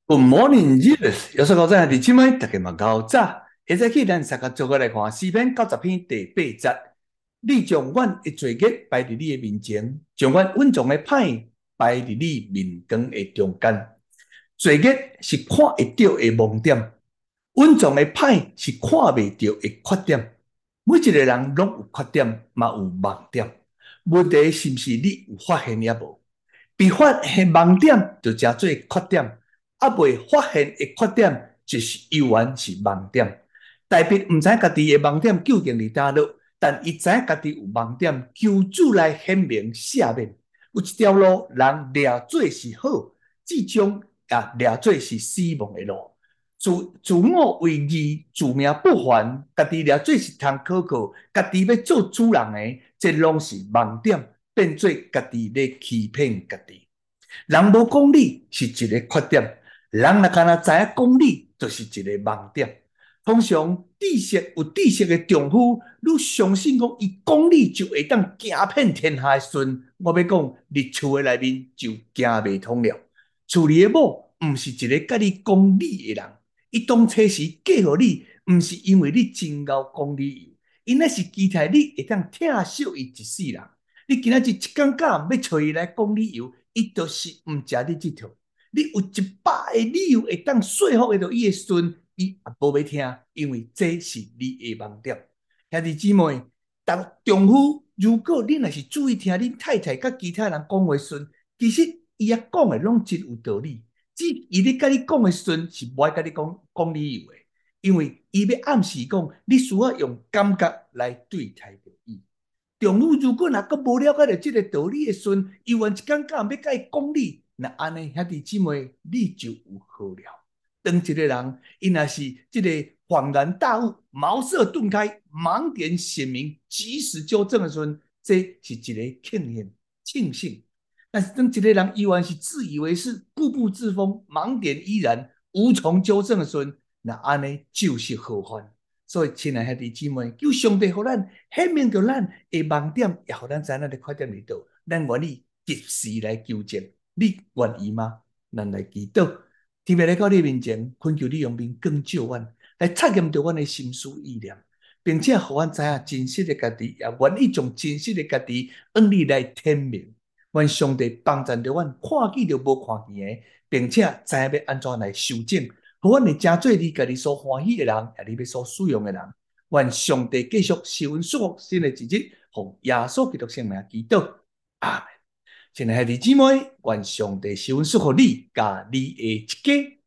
Good morning, Jesus。有说到这，弟兄妹，大家嘛搞早。现在起，咱三个做过来看诗篇90篇第八节。你将阮的罪孽摆伫你的面前，将阮稳重的歹摆伫你面光的中间。罪孽是看会到的盲点，稳重的歹是看袂到的缺点。每一个人拢有缺点，嘛有盲点。问题是不是你有发现也无？被发现盲点就叫做缺点。未发现的缺点，就是依然是盲点。代表唔知家己的盲点究竟伫哪落，但伊知家己有盲点，求主来显明赦免。有一条路，人掠做是好，最终掠做是死亡的路。自我为义，自命不凡，家己掠做是通可靠，家己要做主人的，这拢是盲点，变做家己咧欺骗家己。人无讲理是一个缺点，人若敢若知影讲理，就是一个盲点。通常有知识的丈夫，你相信讲伊讲理就会当行遍天下的顺。我要讲，你厝的内面就行未通了。厝里的某毋是一个甲你讲理的人，伊当初时嫁互你，毋是因为你真够讲理由，伊那是期待你会当疼惜伊一世人。你今仔日一感觉要找伊来讲理由，伊就是毋食你这套。你有100个理由会当说服得到伊的孙，伊也无要听，因为这是你的盲点。兄弟姊妹，当丈夫，如果你若是注意听恁太太甲其他人讲话时，其实伊也讲的拢真有道理。只伊咧甲你讲的时，是无爱甲你讲理由的，因为伊要暗示讲，你需要用感觉来对待着伊。丈夫如果若个无了解到这个道理的时，伊完一感觉要甲伊讲理，那安尼兄弟姊妹，你就有好了。当一个人，伊若是这个恍然大悟、茅塞顿开、盲点显明、及时纠正的时候，这是一个庆幸。但是当一个人依然是自以为是、固步自封、盲点依然、无从纠正的时候，那安尼就是好犯。所以，亲爱兄弟姊妹，求上帝互咱显明着咱的盲点，也互咱知咱的缺点伫倒，咱愿意及时来纠正。你愿意吗？咱来祈祷。特别来到你面前，恳求你用面光照阮，来测验着阮的心思意念，并且互阮知影真实的家己，也愿意将真实的家己向你来天明。愿上帝帮助着阮，看见着无看见的，并且知影要安怎来修正，互阮会真做你家己所欢喜的人，也你要所使用的人。愿上帝继续赐阮祝福新的一日，奉耶稣基督圣名祈祷，阿门。亲爱的弟兄姊妹，愿上帝赐阮祝福你，甲你的一家。